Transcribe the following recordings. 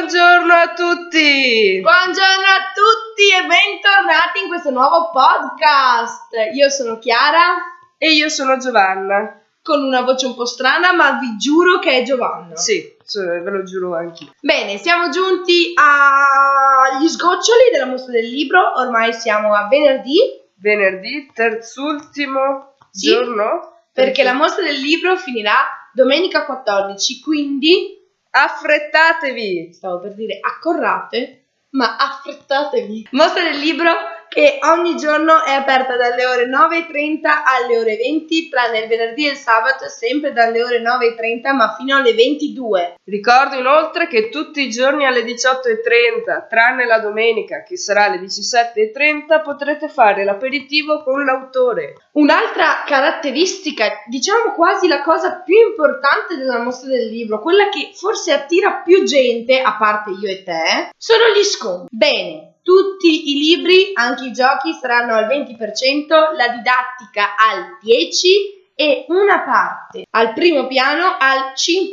Buongiorno a tutti! Buongiorno a tutti e bentornati in questo nuovo podcast. Io sono Chiara E io sono Giovanna. Con una voce un po' strana, ma vi giuro che è Giovanna. Sì, ve lo giuro anch'io. Bene, siamo giunti agli sgoccioli della mostra del libro. Ormai siamo a venerdì. Venerdì, terzultimo giorno? Perché la mostra del libro finirà domenica 14, quindi affrettatevi! Stavo per dire accorrate, ma affrettatevi. Mostra del libro che ogni giorno è aperta dalle ore 9:30 alle ore 20, tranne il venerdì e il sabato, sempre dalle ore 9:30 ma fino alle 22. Ricordo inoltre che tutti i giorni alle 18:30, tranne la domenica che sarà alle 17:30, potrete fare l'aperitivo con l'autore. Un'altra caratteristica, diciamo quasi la cosa più importante della mostra del libro, quella che forse attira più gente, a parte io e te, sono gli sconti. Bene, tutti i libri, anche i giochi, saranno al 20%, la didattica al 10% e una parte al primo piano al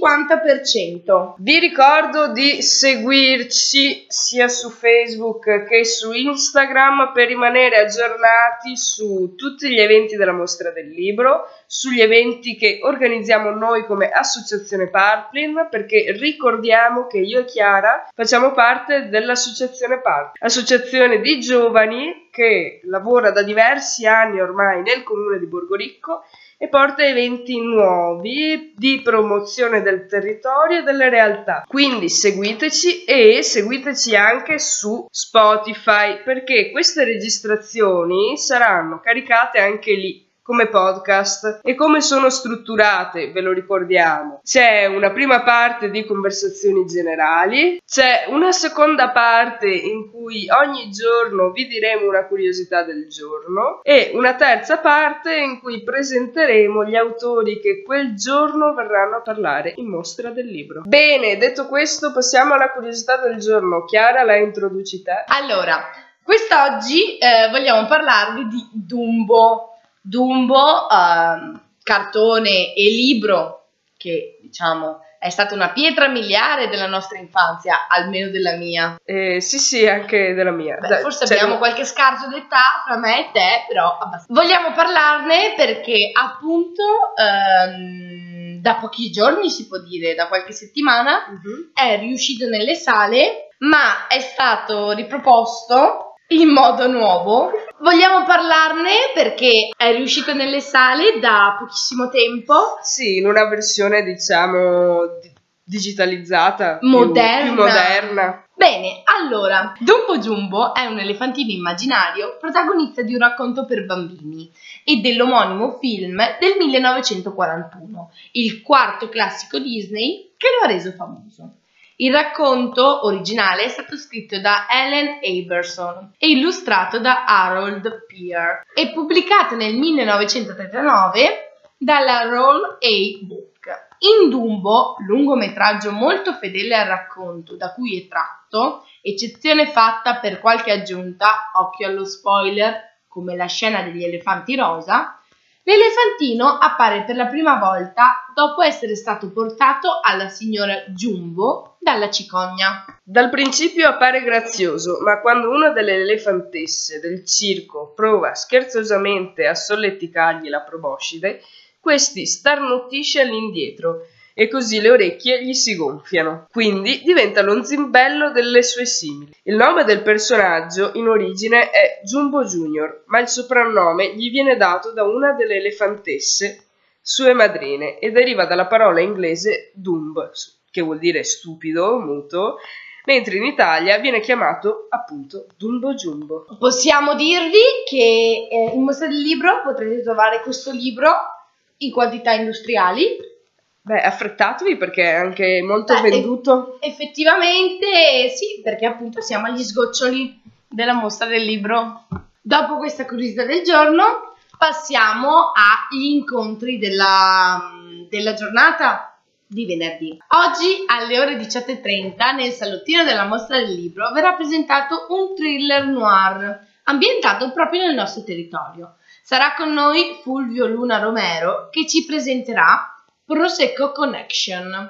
50%. Vi ricordo di seguirci sia su Facebook che su Instagram per rimanere aggiornati su tutti gli eventi della mostra del libro, sugli eventi che organizziamo noi come Associazione Parplin, perché ricordiamo che io e Chiara facciamo parte dell'Associazione Parplin, associazione di giovani che lavora da diversi anni ormai nel comune di Borgoricco e porta eventi nuovi di promozione del territorio e delle realtà. Quindi seguiteci e seguiteci anche su Spotify, perché queste registrazioni saranno caricate anche lì come podcast. E come sono strutturate, ve lo ricordiamo. C'è una prima parte di conversazioni generali, c'è una seconda parte in cui ogni giorno vi diremo una curiosità del giorno e una terza parte in cui presenteremo gli autori che quel giorno verranno a parlare in mostra del libro. Bene, detto questo, passiamo alla curiosità del giorno. Chiara, la introduci te? Allora, quest'oggi vogliamo parlarvi di Dumbo. Dumbo, cartone e libro che diciamo è stata una pietra miliare della nostra infanzia, almeno della mia. Sì, anche della mia. Beh, forse abbiamo qualche scarso d'età fra me e te, però abbastanza. Vogliamo parlarne perché appunto da pochi giorni, si può dire, da qualche settimana, è riuscito nelle sale, ma è stato riproposto in modo nuovo. Vogliamo parlarne perché è riuscito nelle sale da pochissimo tempo. Sì, in una versione diciamo digitalizzata, moderna. Più moderna. Bene, allora, Dumbo Jumbo è un elefantino immaginario protagonista di un racconto per bambini e dell'omonimo film del 1941, il quarto classico Disney che lo ha reso famoso. Il racconto originale è stato scritto da Ellen Aberson e illustrato da Harold Peer e pubblicato nel 1939 dalla Roll A. Book. In Dumbo, lungometraggio molto fedele al racconto da cui è tratto, eccezione fatta per qualche aggiunta, occhio allo spoiler, come la scena degli elefanti rosa, l'elefantino appare per la prima volta dopo essere stato portato alla signora Jumbo dalla cicogna. Dal principio appare grazioso, ma quando una delle elefantesse del circo prova scherzosamente a solleticargli la proboscide, questi starnutisce all'indietro e così le orecchie gli si gonfiano. Quindi diventa lo zimbello delle sue simili. Il nome del personaggio in origine è Jumbo Junior, ma il soprannome gli viene dato da una delle elefantesse, sue madrine, e deriva dalla parola inglese dumb, che vuol dire stupido, muto, mentre in Italia viene chiamato appunto Dumbo Jumbo. Possiamo dirvi che in mostra del libro potrete trovare questo libro in quantità industriali. Beh, affrettatevi perché è anche molto venduto. Effettivamente sì, perché appunto siamo agli sgoccioli della mostra del libro. Dopo questa curiosità del giorno passiamo agli incontri della giornata di venerdì. Oggi alle ore 18:30 nel salottino della mostra del libro verrà presentato un thriller noir ambientato proprio nel nostro territorio. Sarà con noi Fulvio Luna Romero che ci presenterà Prosecco Connection,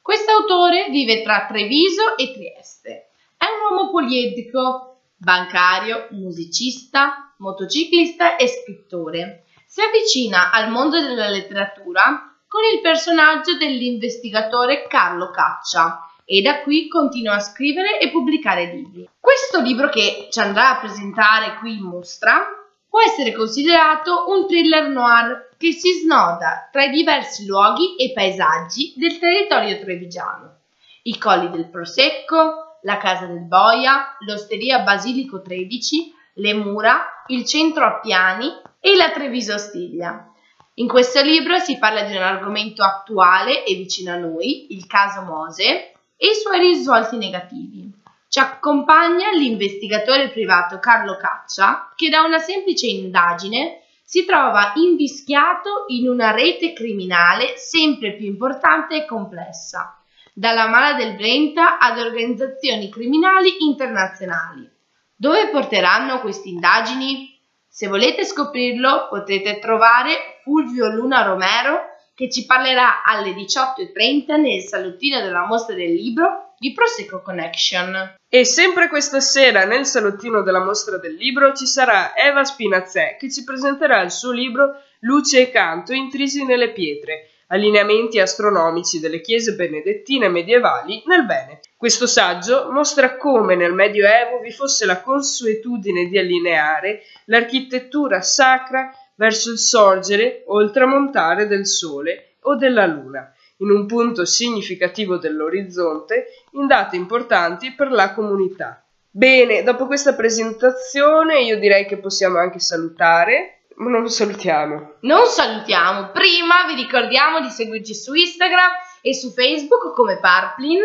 Quest'autore vive tra Treviso e Trieste. È un uomo poliedrico, bancario, musicista, motociclista e scrittore. Si avvicina al mondo della letteratura con il personaggio dell'investigatore Carlo Caccia e da qui continua a scrivere e pubblicare libri. Questo libro che ci andrà a presentare qui in mostra può essere considerato un thriller noir che si snoda tra i diversi luoghi e paesaggi del territorio trevigiano. I colli del Prosecco, la casa del Boia, l'osteria Basilico 13, le mura, il centro Appiani e la Treviso Ostiglia. In questo libro si parla di un argomento attuale e vicino a noi, il caso Mose, e i suoi risvolti negativi. Ci accompagna l'investigatore privato Carlo Caccia, che da una semplice indagine si trova invischiato in una rete criminale sempre più importante e complessa, dalla Mala del Brenta ad organizzazioni criminali internazionali. Dove porteranno queste indagini? Se volete scoprirlo, potrete trovare Fulvio Luna Romero, che ci parlerà alle 18:30 nel salottino della mostra del libro di Prosecco Connection. E sempre questa sera nel salottino della mostra del libro ci sarà Eva Spinazzè che ci presenterà il suo libro Luce e canto intrisi nelle pietre, allineamenti astronomici delle chiese benedettine medievali nel Veneto. Questo saggio mostra come nel Medioevo vi fosse la consuetudine di allineare l'architettura sacra verso il sorgere o il tramontare del sole o della luna, in un punto significativo dell'orizzonte, in date importanti per la comunità. Bene, dopo questa presentazione io direi che possiamo anche salutare, ma non salutiamo. Non salutiamo, prima vi ricordiamo di seguirci su Instagram e su Facebook come Parplin,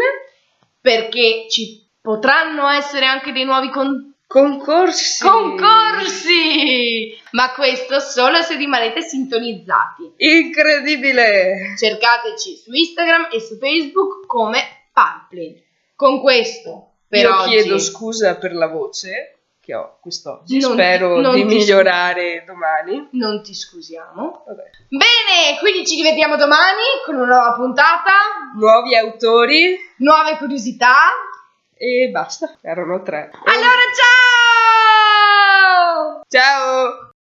perché ci potranno essere anche dei nuovi concorsi! Ma questo solo se rimanete sintonizzati. Incredibile! Cercateci su Instagram e su Facebook come Parplin. Con questo per io oggi chiedo scusa per la voce che ho quest'oggi, spero di migliorare domani. Non ti scusiamo. Vabbè. Bene, quindi ci rivediamo domani con una nuova puntata, nuovi autori, nuove curiosità e basta, erano 3. Allora ciao! Ciao!